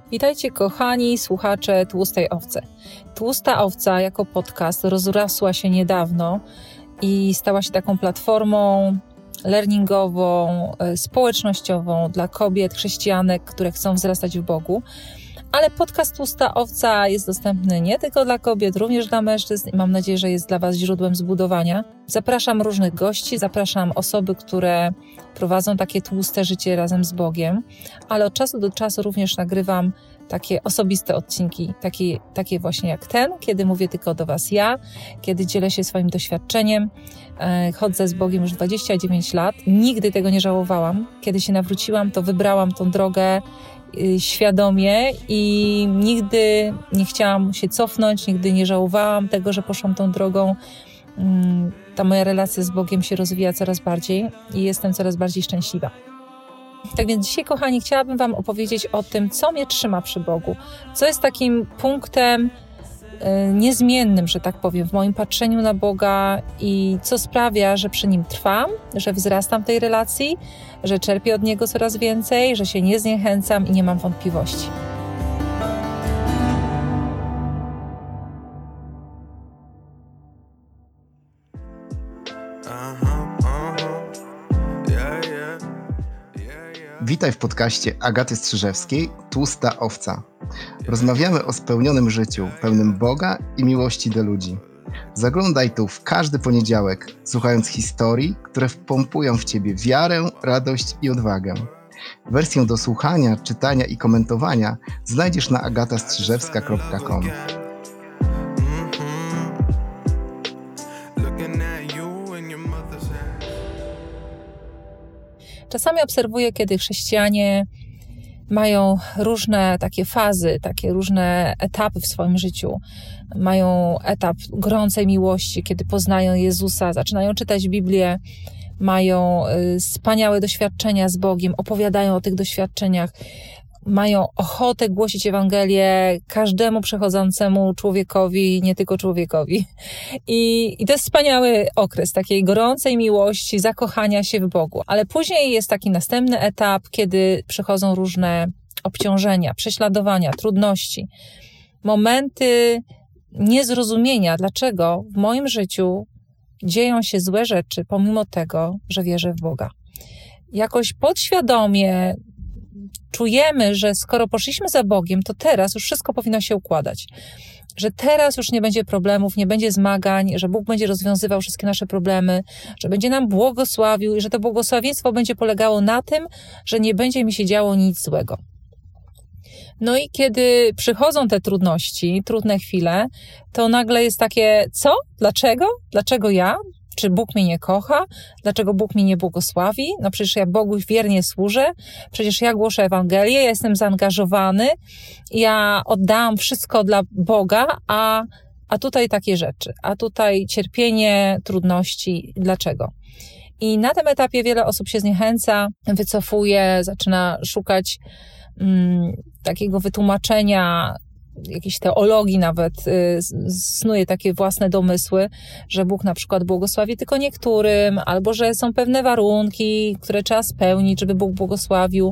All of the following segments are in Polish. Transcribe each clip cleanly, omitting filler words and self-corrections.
Witajcie kochani słuchacze Tłustej Owcy. Tłusta Owca jako podcast rozrosła się niedawno i stała się taką platformą learningową, społecznościową dla kobiet, chrześcijanek, które chcą wzrastać w Bogu. Ale podcast Tłusta Owca jest dostępny nie tylko dla kobiet, również dla mężczyzn i mam nadzieję, że jest dla Was źródłem zbudowania. Zapraszam różnych gości, zapraszam osoby, które prowadzą takie tłuste życie razem z Bogiem, ale od czasu do czasu również nagrywam takie osobiste odcinki, takie właśnie jak ten, kiedy mówię tylko do Was ja, kiedy dzielę się swoim doświadczeniem. Chodzę z Bogiem już 29 lat, nigdy tego nie żałowałam. Kiedy się nawróciłam, to wybrałam tą drogę świadomie i nigdy nie chciałam się cofnąć, nigdy nie żałowałam tego, że poszłam tą drogą. Ta moja relacja z Bogiem się rozwija coraz bardziej i jestem coraz bardziej szczęśliwa. Tak więc dzisiaj, kochani, chciałabym Wam opowiedzieć o tym, co mnie trzyma przy Bogu, co jest takim punktem niezmiennym, że tak powiem, w moim patrzeniu na Boga i co sprawia, że przy Nim trwam, że wzrastam w tej relacji, że czerpię od Niego coraz więcej, że się nie zniechęcam i nie mam wątpliwości. Witaj w podcaście Agaty Strzyżewskiej Tłusta Owca. Rozmawiamy o spełnionym życiu, pełnym Boga i miłości do ludzi. Zaglądaj tu w każdy poniedziałek, słuchając historii, które wpompują w Ciebie wiarę, radość i odwagę. Wersję do słuchania, czytania i komentowania znajdziesz na agatastrzyżewska.com. Czasami obserwuję, kiedy chrześcijanie mają różne takie fazy, takie różne etapy w swoim życiu. Mają etap gorącej miłości, kiedy poznają Jezusa, zaczynają czytać Biblię, mają wspaniałe doświadczenia z Bogiem, opowiadają o tych doświadczeniach, mają ochotę głosić Ewangelię każdemu przechodzącemu człowiekowi, nie tylko człowiekowi. I to jest wspaniały okres takiej gorącej miłości, zakochania się w Bogu. Ale później jest taki następny etap, kiedy przychodzą różne obciążenia, prześladowania, trudności, momenty niezrozumienia, dlaczego w moim życiu dzieją się złe rzeczy, pomimo tego, że wierzę w Boga. Jakoś podświadomie czujemy, że skoro poszliśmy za Bogiem, to teraz już wszystko powinno się układać. Że teraz już nie będzie problemów, nie będzie zmagań, że Bóg będzie rozwiązywał wszystkie nasze problemy, że będzie nam błogosławił i że to błogosławieństwo będzie polegało na tym, że nie będzie mi się działo nic złego. No i kiedy przychodzą te trudności, trudne chwile, to nagle jest takie, co? Dlaczego? Dlaczego ja? Czy Bóg mnie nie kocha? Dlaczego Bóg mnie nie błogosławi? No przecież ja Bogu wiernie służę, przecież ja głoszę Ewangelię, ja jestem zaangażowany, ja oddałam wszystko dla Boga, a tutaj takie rzeczy, a tutaj cierpienie, trudności. Dlaczego? I na tym etapie wiele osób się zniechęca, wycofuje, zaczyna szukać takiego wytłumaczenia, jakiejś teologii nawet, snuje takie własne domysły, że Bóg na przykład błogosławi tylko niektórym, albo że są pewne warunki, które trzeba spełnić, żeby Bóg błogosławił.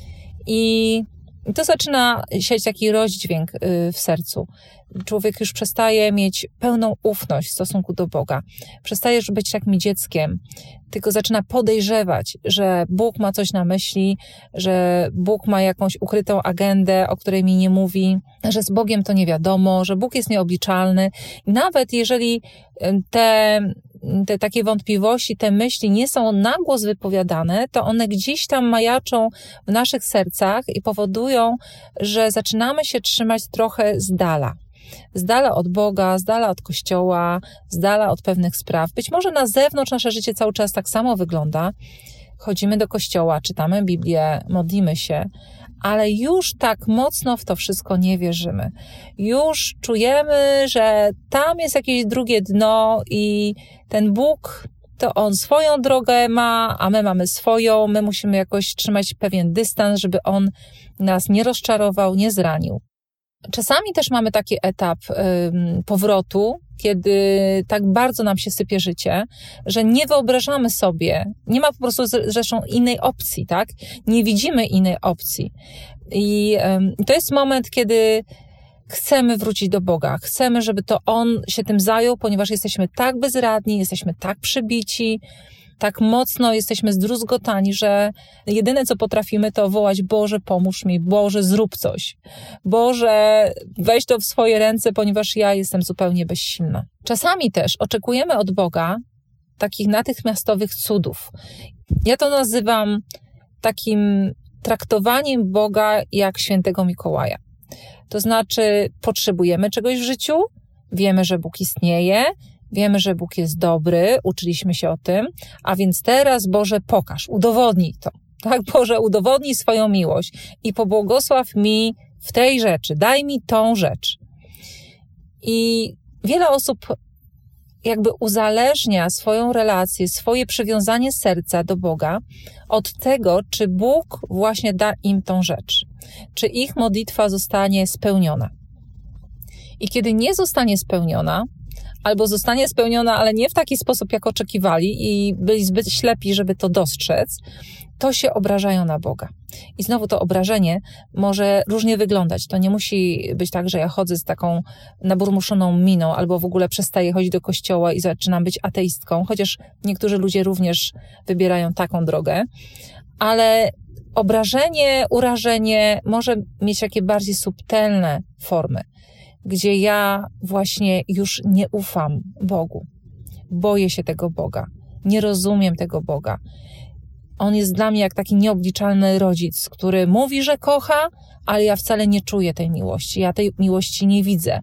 I to zaczyna siać taki rozdźwięk w sercu. Człowiek już przestaje mieć pełną ufność w stosunku do Boga. Przestaje już być takim dzieckiem, tylko zaczyna podejrzewać, że Bóg ma coś na myśli, że Bóg ma jakąś ukrytą agendę, o której mi nie mówi, że z Bogiem to nie wiadomo, że Bóg jest nieobliczalny. I nawet jeżeli te takie wątpliwości, te myśli nie są na głos wypowiadane, to one gdzieś tam majaczą w naszych sercach i powodują, że zaczynamy się trzymać trochę z dala. Z dala od Boga, z dala od Kościoła, z dala od pewnych spraw. Być może na zewnątrz nasze życie cały czas tak samo wygląda. Chodzimy do kościoła, czytamy Biblię, modlimy się, ale już tak mocno w to wszystko nie wierzymy. Już czujemy, że tam jest jakieś drugie dno i ten Bóg, to On swoją drogę ma, a my mamy swoją. My musimy jakoś trzymać pewien dystans, żeby On nas nie rozczarował, nie zranił. Czasami też mamy taki etap powrotu kiedy tak bardzo nam się sypie życie, że nie wyobrażamy sobie, nie ma po prostu zresztą innej opcji, tak? Nie widzimy innej opcji. I to jest moment, kiedy chcemy wrócić do Boga. Chcemy, żeby to On się tym zajął, ponieważ jesteśmy tak bezradni, jesteśmy tak przybici, tak mocno jesteśmy zdruzgotani, że jedyne, co potrafimy, to wołać: Boże, pomóż mi, Boże, zrób coś. Boże, weź to w swoje ręce, ponieważ ja jestem zupełnie bezsilna. Czasami też oczekujemy od Boga takich natychmiastowych cudów. Ja to nazywam takim traktowaniem Boga jak świętego Mikołaja. To znaczy, potrzebujemy czegoś w życiu, wiemy, że Bóg istnieje, wiemy, że Bóg jest dobry, uczyliśmy się o tym, a więc teraz, Boże, pokaż, udowodnij to. Tak, Boże, udowodnij swoją miłość i pobłogosław mi w tej rzeczy, daj mi tą rzecz. I wiele osób jakby uzależnia swoją relację, swoje przywiązanie serca do Boga od tego, czy Bóg właśnie da im tą rzecz, czy ich modlitwa zostanie spełniona. I kiedy nie zostanie spełniona, albo zostanie spełniona, ale nie w taki sposób, jak oczekiwali i byli zbyt ślepi, żeby to dostrzec, to się obrażają na Boga. I znowu to obrażenie może różnie wyglądać. To nie musi być tak, że ja chodzę z taką naburmuszoną miną albo w ogóle przestaję chodzić do kościoła i zaczynam być ateistką, chociaż niektórzy ludzie również wybierają taką drogę. Ale obrażenie, urażenie może mieć takie bardziej subtelne formy, gdzie ja właśnie już nie ufam Bogu. Boję się tego Boga. Nie rozumiem tego Boga. On jest dla mnie jak taki nieobliczalny rodzic, który mówi, że kocha, ale ja wcale nie czuję tej miłości. Ja tej miłości nie widzę,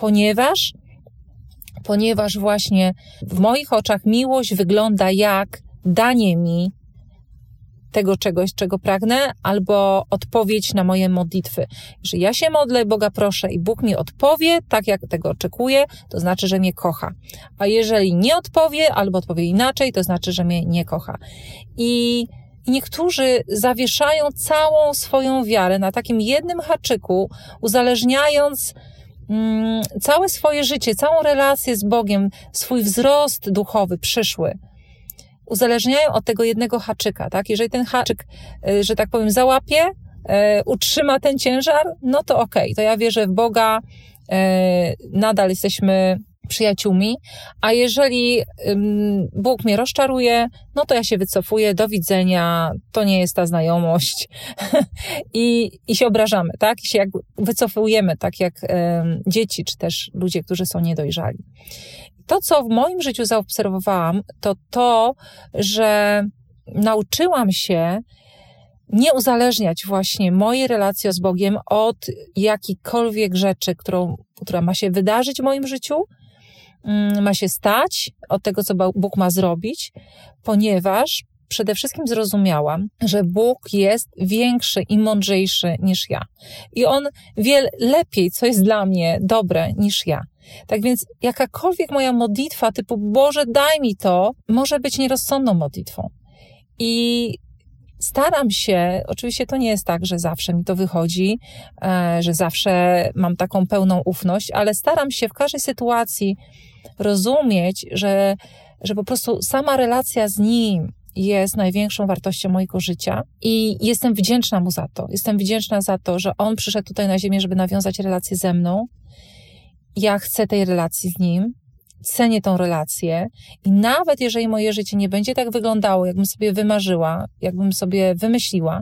ponieważ właśnie w moich oczach miłość wygląda jak danie mi tego czegoś, czego pragnę, albo odpowiedź na moje modlitwy. Jeżeli ja się modlę, Boga proszę i Bóg mi odpowie tak, jak tego oczekuję, to znaczy, że mnie kocha. A jeżeli nie odpowie, albo odpowie inaczej, to znaczy, że mnie nie kocha. I niektórzy zawieszają całą swoją wiarę na takim jednym haczyku, uzależniając całe swoje życie, całą relację z Bogiem, swój wzrost duchowy, przyszły, uzależniają od tego jednego haczyka, tak? Jeżeli ten haczyk, że tak powiem, załapie, utrzyma ten ciężar, no to okej, to ja wierzę w Boga, nadal jesteśmy przyjaciółmi, a jeżeli Bóg mnie rozczaruje, no to ja się wycofuję, do widzenia, to nie jest ta znajomość i się obrażamy, tak? I się jakby wycofujemy, tak jak dzieci, czy też ludzie, którzy są niedojrzali. To, co w moim życiu zaobserwowałam, to, że nauczyłam się nie uzależniać właśnie mojej relacji z Bogiem od jakiejkolwiek rzeczy, która ma się wydarzyć w moim życiu, ma się stać, od tego, co Bóg ma zrobić, ponieważ przede wszystkim zrozumiałam, że Bóg jest większy i mądrzejszy niż ja. I On wie lepiej, co jest dla mnie dobre, niż ja. Tak więc jakakolwiek moja modlitwa typu Boże, daj mi to, może być nierozsądną modlitwą. I staram się, oczywiście to nie jest tak, że zawsze mi to wychodzi, że zawsze mam taką pełną ufność, ale staram się w każdej sytuacji rozumieć, że po prostu sama relacja z Nim jest największą wartością mojego życia i jestem wdzięczna Mu za to. Jestem wdzięczna za to, że On przyszedł tutaj na ziemię, żeby nawiązać relację ze mną. Ja chcę tej relacji z Nim, cenię tą relację i nawet jeżeli moje życie nie będzie tak wyglądało, jakbym sobie wymarzyła, jakbym sobie wymyśliła,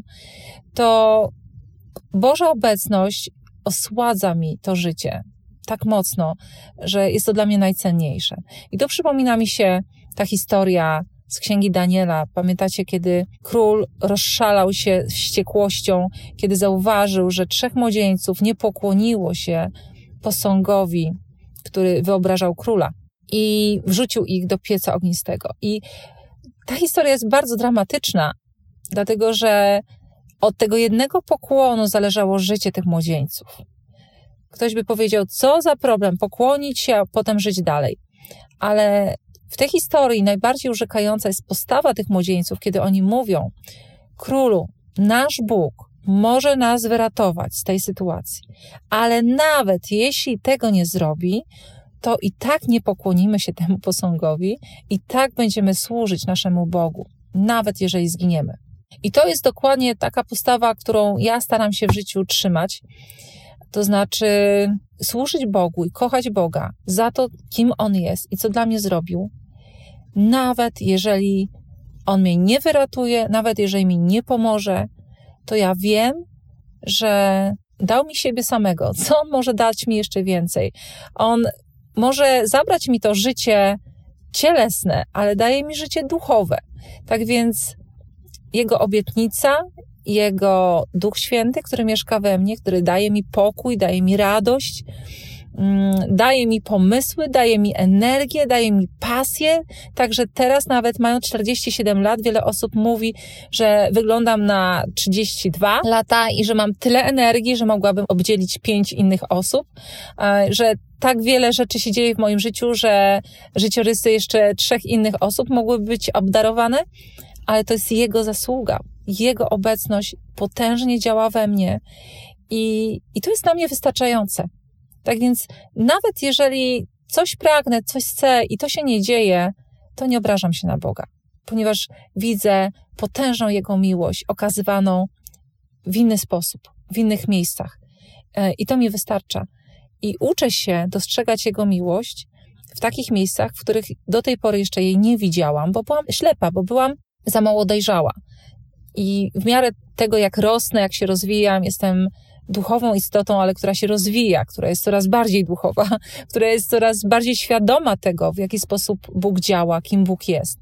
to Boża obecność osładza mi to życie tak mocno, że jest to dla mnie najcenniejsze. I to przypomina mi się ta historia z Księgi Daniela. Pamiętacie, kiedy król rozszalał się wściekłością, kiedy zauważył, że 3 młodzieńców nie pokłoniło się posągowi, który wyobrażał króla i wrzucił ich do pieca ognistego. I ta historia jest bardzo dramatyczna, dlatego że od tego jednego pokłonu zależało życie tych młodzieńców. Ktoś by powiedział, co za problem, pokłonić się, a potem żyć dalej. Ale w tej historii najbardziej urzekająca jest postawa tych młodzieńców, kiedy oni mówią, królu, nasz Bóg może nas wyratować z tej sytuacji, ale nawet jeśli tego nie zrobi, to i tak nie pokłonimy się temu posągowi, i tak będziemy służyć naszemu Bogu, nawet jeżeli zginiemy. I to jest dokładnie taka postawa, którą ja staram się w życiu utrzymać. To znaczy służyć Bogu i kochać Boga za to, kim On jest i co dla mnie zrobił, nawet jeżeli On mnie nie wyratuje, nawet jeżeli mi nie pomoże, to ja wiem, że dał mi siebie samego. Co On może dać mi jeszcze więcej? On może zabrać mi to życie cielesne, ale daje mi życie duchowe. Tak więc Jego obietnica, Jego Duch Święty, który mieszka we mnie, który daje mi pokój, daje mi radość, daje mi pomysły, daje mi energię, daje mi pasję. Także teraz nawet mając 47 lat, wiele osób mówi, że wyglądam na 32 lata i że mam tyle energii, że mogłabym obdzielić 5 innych osób, że tak wiele rzeczy się dzieje w moim życiu, że życiorysy jeszcze 3 innych osób mogłyby być obdarowane, ale to jest Jego zasługa. Jego obecność potężnie działa we mnie i to jest dla mnie wystarczające. Tak więc nawet jeżeli coś pragnę, coś chcę i to się nie dzieje, to nie obrażam się na Boga, ponieważ widzę potężną Jego miłość okazywaną w inny sposób, w innych miejscach. I to mi wystarcza. I uczę się dostrzegać Jego miłość w takich miejscach, w których do tej pory jeszcze jej nie widziałam, bo byłam ślepa, bo byłam za mało dojrzała. I w miarę tego, jak rosnę, jak się rozwijam, jestem duchową istotą, ale która się rozwija, która jest coraz bardziej duchowa, która jest coraz bardziej świadoma tego, w jaki sposób Bóg działa, kim Bóg jest.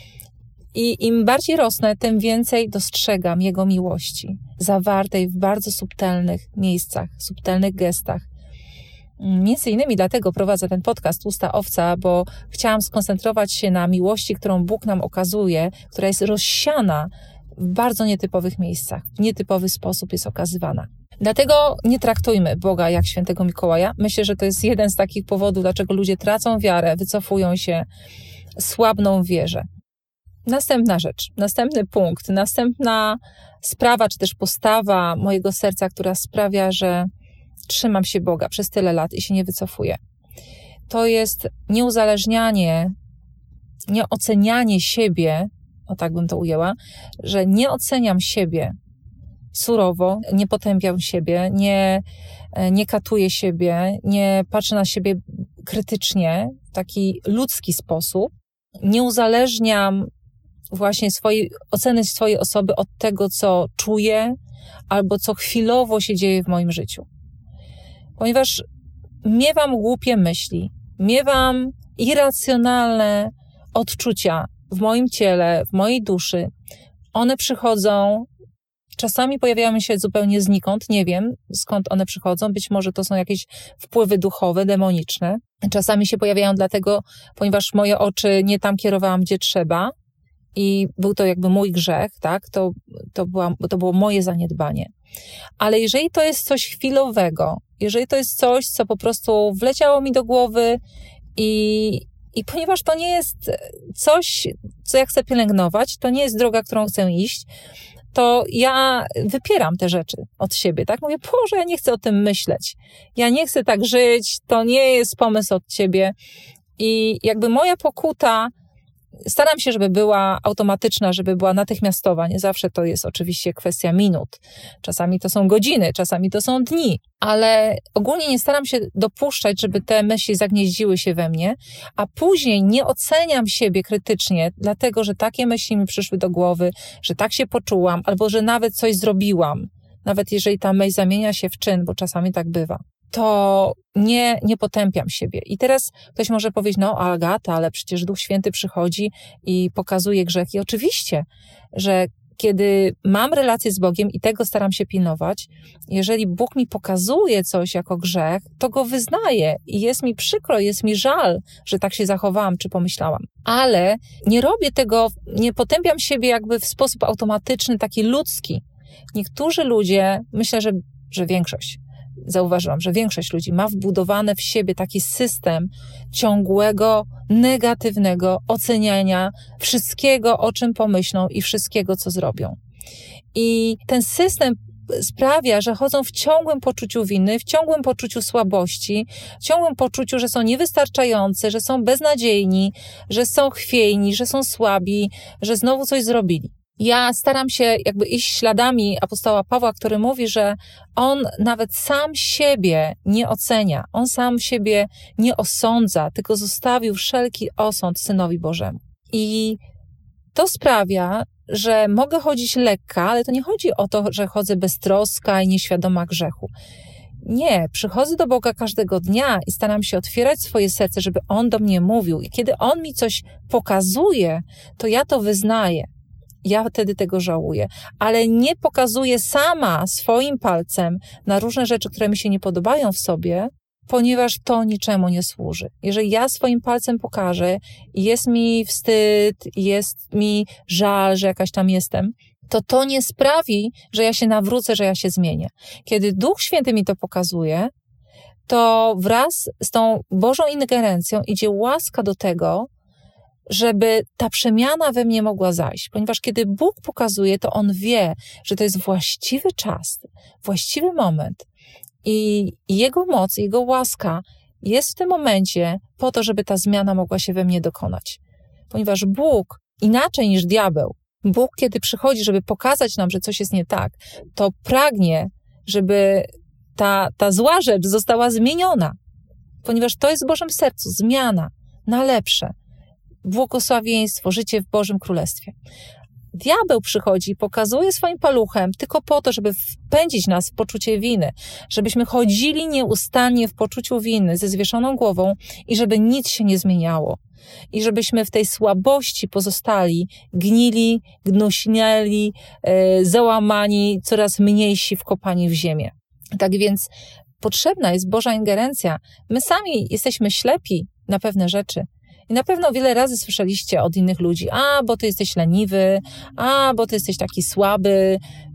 I im bardziej rosnę, tym więcej dostrzegam Jego miłości, zawartej w bardzo subtelnych miejscach, subtelnych gestach. Między innymi dlatego prowadzę ten podcast Tłusta Owca, bo chciałam skoncentrować się na miłości, którą Bóg nam okazuje, która jest rozsiana w bardzo nietypowych miejscach, w nietypowy sposób jest okazywana. Dlatego nie traktujmy Boga jak świętego Mikołaja. Myślę, że to jest jeden z takich powodów, dlaczego ludzie tracą wiarę, wycofują się, słabną w wierze. Następna rzecz, następny punkt, następna sprawa, czy też postawa mojego serca, która sprawia, że trzymam się Boga przez tyle lat i się nie wycofuję. To jest nieuzależnianie, nieocenianie siebie, o tak bym to ujęła, że nie oceniam siebie surowo, nie potępiam siebie, nie katuję siebie, nie patrzę na siebie krytycznie, w taki ludzki sposób. Nie uzależniam właśnie oceny swojej osoby od tego, co czuję albo co chwilowo się dzieje w moim życiu. Ponieważ miewam głupie myśli, miewam irracjonalne odczucia w moim ciele, w mojej duszy. One przychodzą, czasami pojawiają się zupełnie znikąd, nie wiem skąd one przychodzą, być może to są jakieś wpływy duchowe, demoniczne. Czasami się pojawiają dlatego, ponieważ moje oczy nie tam kierowałam, gdzie trzeba i był to jakby mój grzech, tak? To było moje zaniedbanie. Ale jeżeli to jest coś chwilowego, jeżeli to jest coś, co po prostu wleciało mi do głowy i ponieważ to nie jest coś, co ja chcę pielęgnować, to nie jest droga, którą chcę iść, to ja wypieram te rzeczy od siebie, tak? Mówię, Boże, ja nie chcę o tym myśleć. Ja nie chcę tak żyć, to nie jest pomysł od Ciebie. I jakby moja pokuta, staram się, żeby była automatyczna, żeby była natychmiastowa. Nie zawsze to jest oczywiście kwestia minut. Czasami to są godziny, czasami to są dni. Ale ogólnie nie staram się dopuszczać, żeby te myśli zagnieździły się we mnie, a później nie oceniam siebie krytycznie, dlatego, że takie myśli mi przyszły do głowy, że tak się poczułam, albo że nawet coś zrobiłam. Nawet jeżeli ta myśl zamienia się w czyn, bo czasami tak bywa. To nie potępiam siebie. I teraz ktoś może powiedzieć, no Agata, ale przecież Duch Święty przychodzi i pokazuje grzech. I oczywiście, że kiedy mam relację z Bogiem i tego staram się pilnować, jeżeli Bóg mi pokazuje coś jako grzech, to go wyznaję i jest mi przykro, jest mi żal, że tak się zachowałam czy pomyślałam. Ale nie robię tego, nie potępiam siebie jakby w sposób automatyczny, taki ludzki. Niektórzy ludzie, myślę, że większość, zauważyłam, że większość ludzi ma wbudowany w siebie taki system ciągłego, negatywnego oceniania wszystkiego, o czym pomyślą i wszystkiego, co zrobią. I ten system sprawia, że chodzą w ciągłym poczuciu winy, w ciągłym poczuciu słabości, w ciągłym poczuciu, że są niewystarczający, że są beznadziejni, że są chwiejni, że są słabi, że znowu coś zrobili. Ja staram się jakby iść śladami apostoła Pawła, który mówi, że on nawet sam siebie nie ocenia, on sam siebie nie osądza, tylko zostawił wszelki osąd Synowi Bożemu. I to sprawia, że mogę chodzić lekka, ale to nie chodzi o to, że chodzę beztroska i nieświadoma grzechu. Nie, przychodzę do Boga każdego dnia i staram się otwierać swoje serce, żeby On do mnie mówił. I kiedy On mi coś pokazuje, to ja to wyznaję. Ja wtedy tego żałuję, ale nie pokazuję sama swoim palcem na różne rzeczy, które mi się nie podobają w sobie, ponieważ to niczemu nie służy. Jeżeli ja swoim palcem pokażę i jest mi wstyd, jest mi żal, że jakaś tam jestem, to nie sprawi, że ja się nawrócę, że ja się zmienię. Kiedy Duch Święty mi to pokazuje, to wraz z tą Bożą ingerencją idzie łaska do tego, żeby ta przemiana we mnie mogła zajść. Ponieważ kiedy Bóg pokazuje, to On wie, że to jest właściwy czas, właściwy moment i Jego moc, Jego łaska jest w tym momencie po to, żeby ta zmiana mogła się we mnie dokonać. Ponieważ Bóg, inaczej niż diabeł, Bóg, kiedy przychodzi, żeby pokazać nam, że coś jest nie tak, to pragnie, żeby ta zła rzecz została zmieniona. Ponieważ to jest w Bożym sercu, zmiana na lepsze. Błogosławieństwo, życie w Bożym Królestwie. Diabeł przychodzi i pokazuje swoim paluchem tylko po to, żeby wpędzić nas w poczucie winy, żebyśmy chodzili nieustannie w poczuciu winy ze zwieszoną głową i żeby nic się nie zmieniało. I żebyśmy w tej słabości pozostali, gnili, gnuśniali, załamani, coraz mniejsi wkopani w ziemię. Tak więc potrzebna jest Boża ingerencja. My sami jesteśmy ślepi na pewne rzeczy. I na pewno wiele razy słyszeliście od innych ludzi, bo ty jesteś leniwy, bo ty jesteś taki słaby,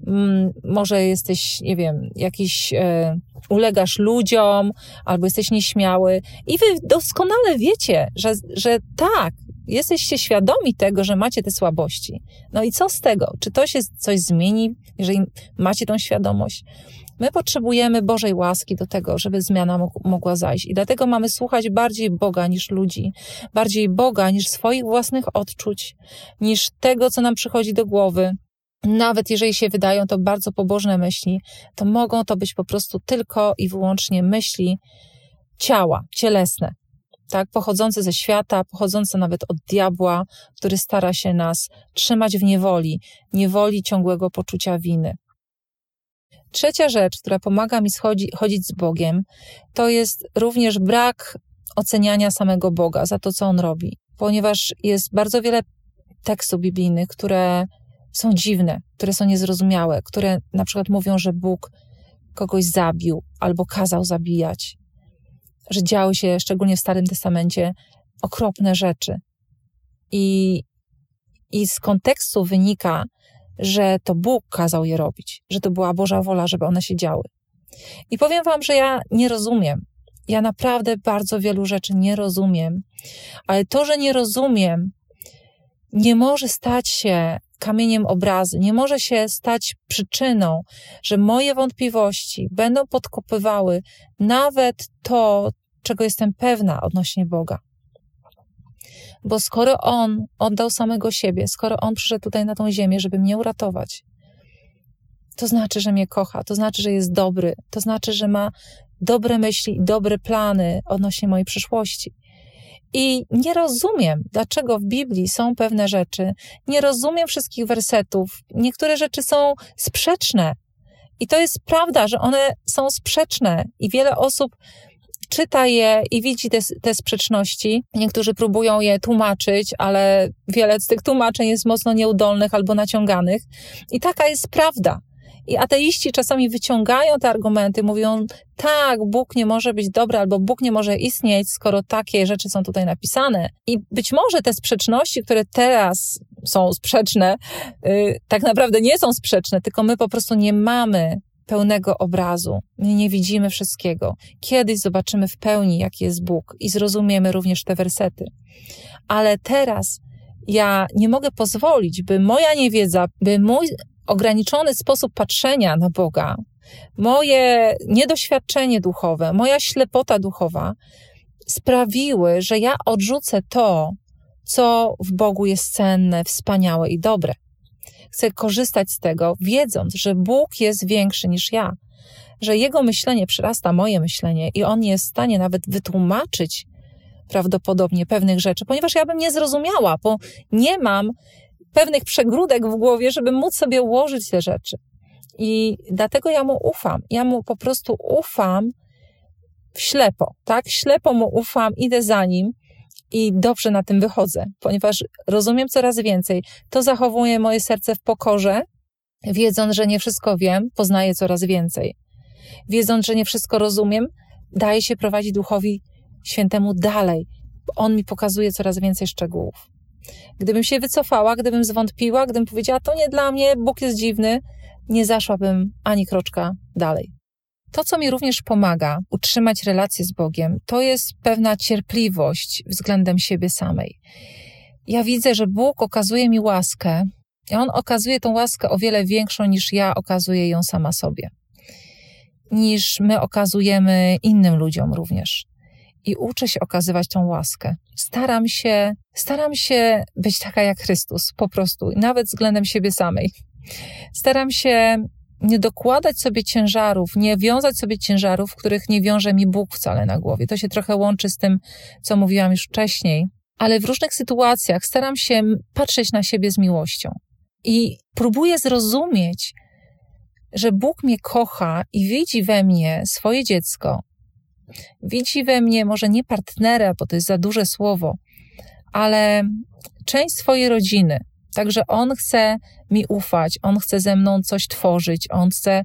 może jesteś, nie wiem, jakiś ulegasz ludziom, albo jesteś nieśmiały. I wy doskonale wiecie, że tak, jesteście świadomi tego, że macie te słabości. No i co z tego? Czy to się coś zmieni, jeżeli macie tą świadomość? My potrzebujemy Bożej łaski do tego, żeby zmiana mogła zajść. I dlatego mamy słuchać bardziej Boga niż ludzi, bardziej Boga niż swoich własnych odczuć, niż tego, co nam przychodzi do głowy. Nawet jeżeli się wydają to bardzo pobożne myśli, to mogą to być po prostu tylko i wyłącznie myśli ciała, cielesne, tak, pochodzące ze świata, pochodzące nawet od diabła, który stara się nas trzymać w niewoli ciągłego poczucia winy. Trzecia rzecz, która pomaga mi chodzić z Bogiem, to jest również brak oceniania samego Boga za to, co On robi. Ponieważ jest bardzo wiele tekstów biblijnych, które są dziwne, które są niezrozumiałe, które na przykład mówią, że Bóg kogoś zabił albo kazał zabijać. Że działy się, szczególnie w Starym Testamencie, okropne rzeczy. I z kontekstu wynika, że to Bóg kazał je robić, że to była Boża wola, żeby one się działy. I powiem wam, że ja nie rozumiem. Ja naprawdę bardzo wielu rzeczy nie rozumiem, ale to, że nie rozumiem, nie może stać się kamieniem obrazy, nie może się stać przyczyną, że moje wątpliwości będą podkopywały nawet to, czego jestem pewna odnośnie Boga. Bo skoro On oddał samego siebie, skoro On przyszedł tutaj na tą ziemię, żeby mnie uratować, to znaczy, że mnie kocha, to znaczy, że jest dobry, to znaczy, że ma dobre myśli i dobre plany odnośnie mojej przyszłości. I nie rozumiem, dlaczego w Biblii są pewne rzeczy, nie rozumiem wszystkich wersetów, niektóre rzeczy są sprzeczne. I to jest prawda, że one są sprzeczne i wiele osób czyta je i widzi te sprzeczności. Niektórzy próbują je tłumaczyć, ale wiele z tych tłumaczeń jest mocno nieudolnych albo naciąganych. I taka jest prawda. I ateiści czasami wyciągają te argumenty, mówią, tak, Bóg nie może być dobry, albo Bóg nie może istnieć, skoro takie rzeczy są tutaj napisane. I być może te sprzeczności, które teraz są sprzeczne, tak naprawdę nie są sprzeczne, tylko my po prostu nie mamy pełnego obrazu. My nie widzimy wszystkiego. Kiedyś zobaczymy w pełni, jaki jest Bóg i zrozumiemy również te wersety. Ale teraz ja nie mogę pozwolić, by moja niewiedza, by mój ograniczony sposób patrzenia na Boga, moje niedoświadczenie duchowe, moja ślepota duchowa sprawiły, że ja odrzucę to, co w Bogu jest cenne, wspaniałe i dobre. Chcę korzystać z tego, wiedząc, że Bóg jest większy niż ja, że Jego myślenie przerasta moje myślenie i On jest w stanie nawet wytłumaczyć prawdopodobnie pewnych rzeczy, ponieważ ja bym nie zrozumiała, bo nie mam pewnych przegródek w głowie, żeby móc sobie ułożyć te rzeczy. I dlatego ja Mu ufam. Ja Mu po prostu ufam ślepo, tak? Ślepo Mu ufam, idę za Nim i dobrze na tym wychodzę, ponieważ rozumiem coraz więcej. To zachowuje moje serce w pokorze, wiedząc, że nie wszystko wiem, poznaję coraz więcej. Wiedząc, że nie wszystko rozumiem, daję się prowadzić Duchowi Świętemu dalej, bo On mi pokazuje coraz więcej szczegółów. Gdybym się wycofała, gdybym zwątpiła, gdybym powiedziała, to nie dla mnie, Bóg jest dziwny, nie zaszłabym ani kroczka dalej. To, co mi również pomaga utrzymać relację z Bogiem, to jest pewna cierpliwość względem siebie samej. Ja widzę, że Bóg okazuje mi łaskę i On okazuje tą łaskę o wiele większą, niż ja okazuję ją sama sobie. Niż my okazujemy innym ludziom również. I uczę się okazywać tą łaskę. Staram się być taka jak Chrystus, po prostu, nawet względem siebie samej. Staram się nie dokładać sobie ciężarów, nie wiązać sobie ciężarów, których nie wiąże mi Bóg wcale na głowie. To się trochę łączy z tym, co mówiłam już wcześniej. Ale w różnych sytuacjach staram się patrzeć na siebie z miłością. I próbuję zrozumieć, że Bóg mnie kocha i widzi we mnie swoje dziecko. Widzi we mnie może nie partnera, bo to jest za duże słowo, ale część swojej rodziny. Także On chce mi ufać, On chce ze mną coś tworzyć, On chce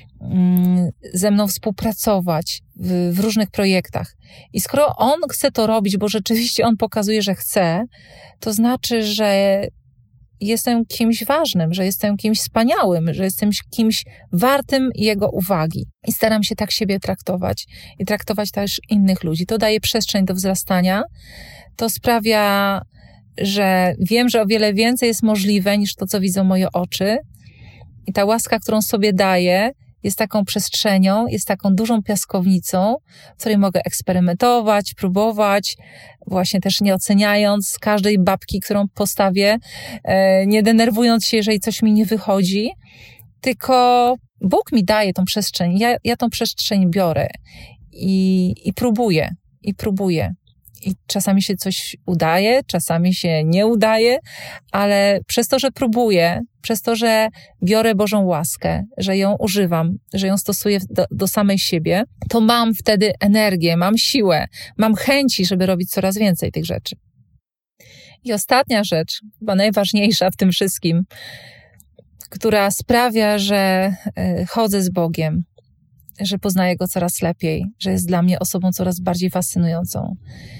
ze mną współpracować w różnych projektach. I skoro On chce to robić, bo rzeczywiście On pokazuje, że chce, to znaczy, że jestem kimś ważnym, że jestem kimś wspaniałym, że jestem kimś wartym Jego uwagi. I staram się tak siebie traktować i traktować też innych ludzi. To daje przestrzeń do wzrastania. To sprawia, że wiem, że o wiele więcej jest możliwe niż to, co widzą moje oczy. I ta łaska, którą sobie daję, jest taką przestrzenią, jest taką dużą piaskownicą, w której mogę eksperymentować, próbować, właśnie też nie oceniając każdej babki, którą postawię, nie denerwując się, jeżeli coś mi nie wychodzi, tylko Bóg mi daje tą przestrzeń. Ja tą przestrzeń biorę i próbuję. I czasami się coś udaje, czasami się nie udaje, ale przez to, że próbuję, przez to, że biorę Bożą łaskę, że ją używam, że ją stosuję do samej siebie, to mam wtedy energię, mam siłę, mam chęci, żeby robić coraz więcej tych rzeczy. I ostatnia rzecz, chyba najważniejsza w tym wszystkim, która sprawia, że chodzę z Bogiem, że poznaję Go coraz lepiej, że jest dla mnie osobą coraz bardziej fascynującą.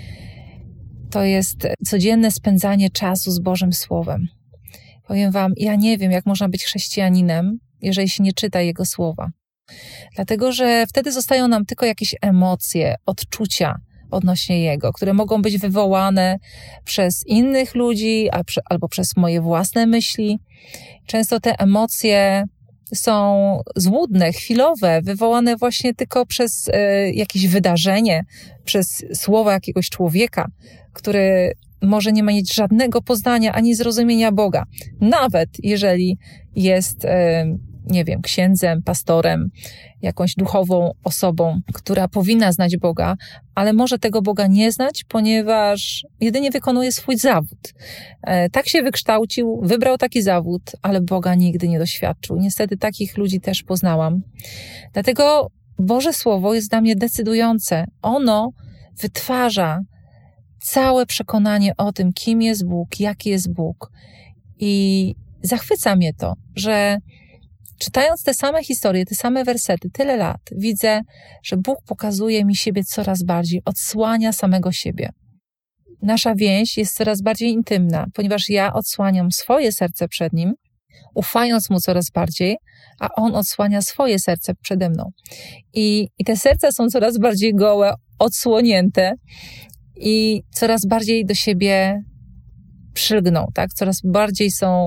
To jest codzienne spędzanie czasu z Bożym Słowem. Powiem wam, ja nie wiem, jak można być chrześcijaninem, jeżeli się nie czyta Jego Słowa. Dlatego, że wtedy zostają nam tylko jakieś emocje, odczucia odnośnie Jego, które mogą być wywołane przez innych ludzi albo przez moje własne myśli. Często te emocje są złudne, chwilowe, wywołane właśnie tylko przez jakieś wydarzenie, przez słowa jakiegoś człowieka, który może nie mieć żadnego poznania ani zrozumienia Boga. Nawet jeżeli jest, nie wiem, księdzem, pastorem, jakąś duchową osobą, która powinna znać Boga, ale może tego Boga nie znać, ponieważ jedynie wykonuje swój zawód. Tak się wykształcił, wybrał taki zawód, ale Boga nigdy nie doświadczył. Niestety takich ludzi też poznałam. Dlatego Boże Słowo jest dla mnie decydujące. Ono wytwarza całe przekonanie o tym, kim jest Bóg, jaki jest Bóg. I zachwyca mnie to, że czytając te same historie, te same wersety, tyle lat, widzę, że Bóg pokazuje mi siebie coraz bardziej, odsłania samego siebie. Nasza więź jest coraz bardziej intymna, ponieważ ja odsłaniam swoje serce przed Nim, ufając Mu coraz bardziej, a On odsłania swoje serce przede mną. I te serca są coraz bardziej gołe, odsłonięte i coraz bardziej do siebie przylgną, tak? Coraz bardziej są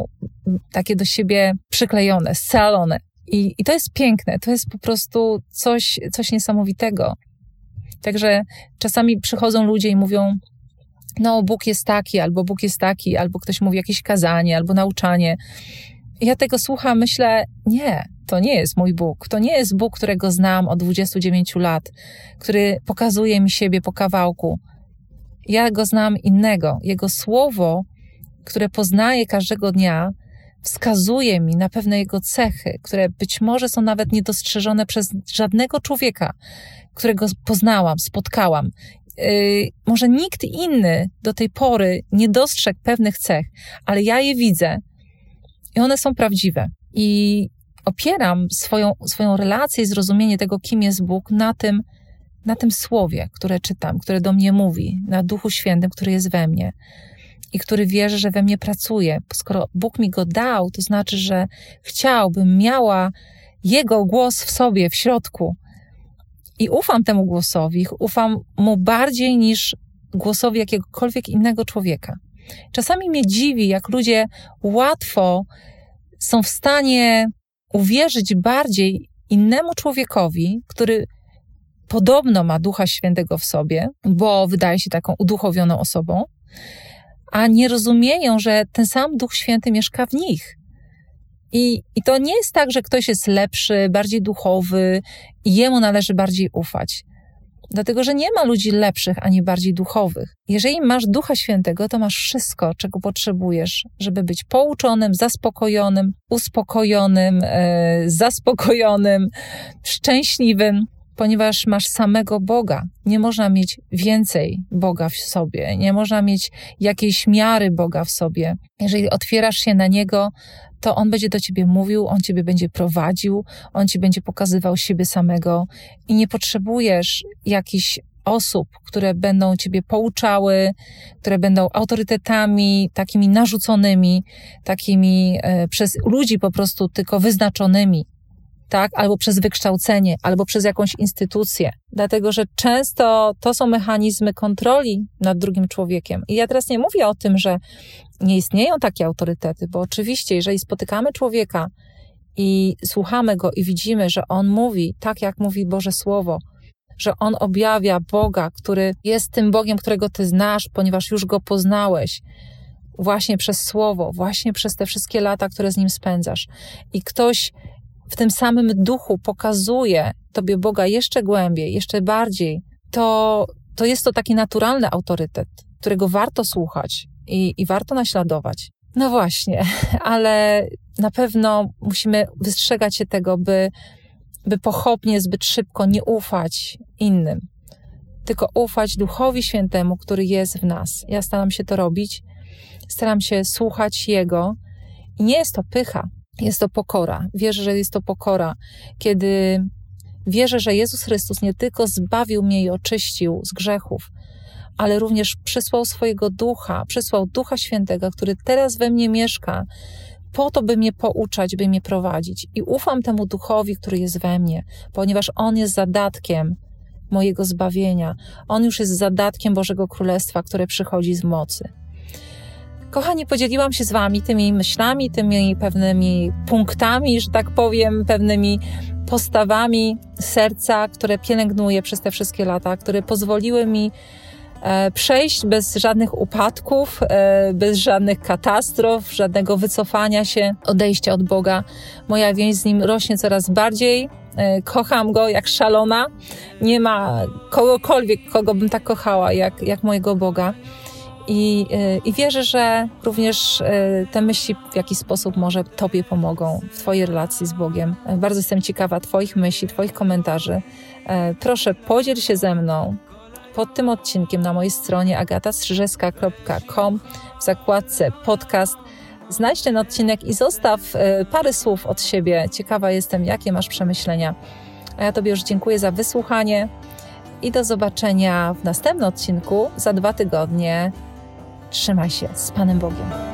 takie do siebie przyklejone, scalone. I to jest piękne, to jest po prostu coś niesamowitego. Także czasami przychodzą ludzie i mówią, no Bóg jest taki, albo ktoś mówi jakieś kazanie, albo nauczanie. I ja tego słucham, myślę, nie, to nie jest mój Bóg. To nie jest Bóg, którego znam od 29 lat, który pokazuje mi siebie po kawałku. Ja go znam innego. Jego słowo, które poznaję każdego dnia, wskazuje mi na pewne jego cechy, które być może są nawet niedostrzeżone przez żadnego człowieka, którego poznałam, spotkałam. Może nikt inny do tej pory nie dostrzegł pewnych cech, ale ja je widzę i one są prawdziwe. I opieram swoją relację i zrozumienie tego, kim jest Bóg, na tym słowie, które czytam, które do mnie mówi, na Duchu Świętym, który jest we mnie i który wierzy, że we mnie pracuje. Skoro Bóg mi go dał, to znaczy, że chciałbym miała Jego głos w sobie, w środku. I ufam temu głosowi, ufam mu bardziej niż głosowi jakiegokolwiek innego człowieka. Czasami mnie dziwi, jak ludzie łatwo są w stanie uwierzyć bardziej innemu człowiekowi, który podobno ma Ducha Świętego w sobie, bo wydaje się taką uduchowioną osobą, a nie rozumieją, że ten sam Duch Święty mieszka w nich. I to nie jest tak, że ktoś jest lepszy, bardziej duchowy i jemu należy bardziej ufać. Dlatego, że nie ma ludzi lepszych ani bardziej duchowych. Jeżeli masz Ducha Świętego, to masz wszystko, czego potrzebujesz, żeby być pouczonym, zaspokojonym, uspokojonym, zaspokojonym, szczęśliwym, ponieważ masz samego Boga. Nie można mieć więcej Boga w sobie, nie można mieć jakiejś miary Boga w sobie. Jeżeli otwierasz się na Niego, to On będzie do ciebie mówił, On ciebie będzie prowadził, On ci będzie pokazywał siebie samego i nie potrzebujesz jakichś osób, które będą ciebie pouczały, które będą autorytetami takimi narzuconymi, takimi przez ludzi po prostu tylko wyznaczonymi, tak? Albo przez wykształcenie, albo przez jakąś instytucję. Dlatego, że często to są mechanizmy kontroli nad drugim człowiekiem. I ja teraz nie mówię o tym, że nie istnieją takie autorytety, bo oczywiście, jeżeli spotykamy człowieka i słuchamy go i widzimy, że on mówi tak, jak mówi Boże Słowo, że on objawia Boga, który jest tym Bogiem, którego ty znasz, ponieważ już go poznałeś, właśnie przez Słowo, właśnie przez te wszystkie lata, które z nim spędzasz. I ktoś w tym samym duchu pokazuje tobie Boga jeszcze głębiej, jeszcze bardziej, to jest to taki naturalny autorytet, którego warto słuchać i warto naśladować. No właśnie, ale na pewno musimy wystrzegać się tego, by pochopnie, zbyt szybko nie ufać innym, tylko ufać Duchowi Świętemu, który jest w nas. Ja staram się to robić, staram się słuchać Jego i nie jest to pycha, jest to pokora. Wierzę, że jest to pokora, kiedy wierzę, że Jezus Chrystus nie tylko zbawił mnie i oczyścił z grzechów, ale również przysłał swojego Ducha, przysłał Ducha Świętego, który teraz we mnie mieszka, po to, by mnie pouczać, by mnie prowadzić. I ufam temu Duchowi, który jest we mnie, ponieważ On jest zadatkiem mojego zbawienia. On już jest zadatkiem Bożego Królestwa, które przychodzi z mocy. Kochani, podzieliłam się z wami tymi myślami, tymi pewnymi punktami, że tak powiem, pewnymi postawami serca, które pielęgnuję przez te wszystkie lata, które pozwoliły mi przejść bez żadnych upadków, bez żadnych katastrof, żadnego wycofania się, odejścia od Boga. Moja więź z Nim rośnie coraz bardziej. Kocham Go jak szalona. Nie ma kogokolwiek, kogo bym tak kochała jak mojego Boga. I wierzę, że również te myśli w jakiś sposób może tobie pomogą w twojej relacji z Bogiem. Bardzo jestem ciekawa twoich myśli, twoich komentarzy. Proszę, podziel się ze mną pod tym odcinkiem na mojej stronie agatastrzyżewska.com w zakładce podcast. Znajdź ten odcinek i zostaw parę słów od siebie. Ciekawa jestem, jakie masz przemyślenia. A ja tobie już dziękuję za wysłuchanie i do zobaczenia w następnym odcinku za 2 tygodnie. Trzymaj się z Panem Bogiem.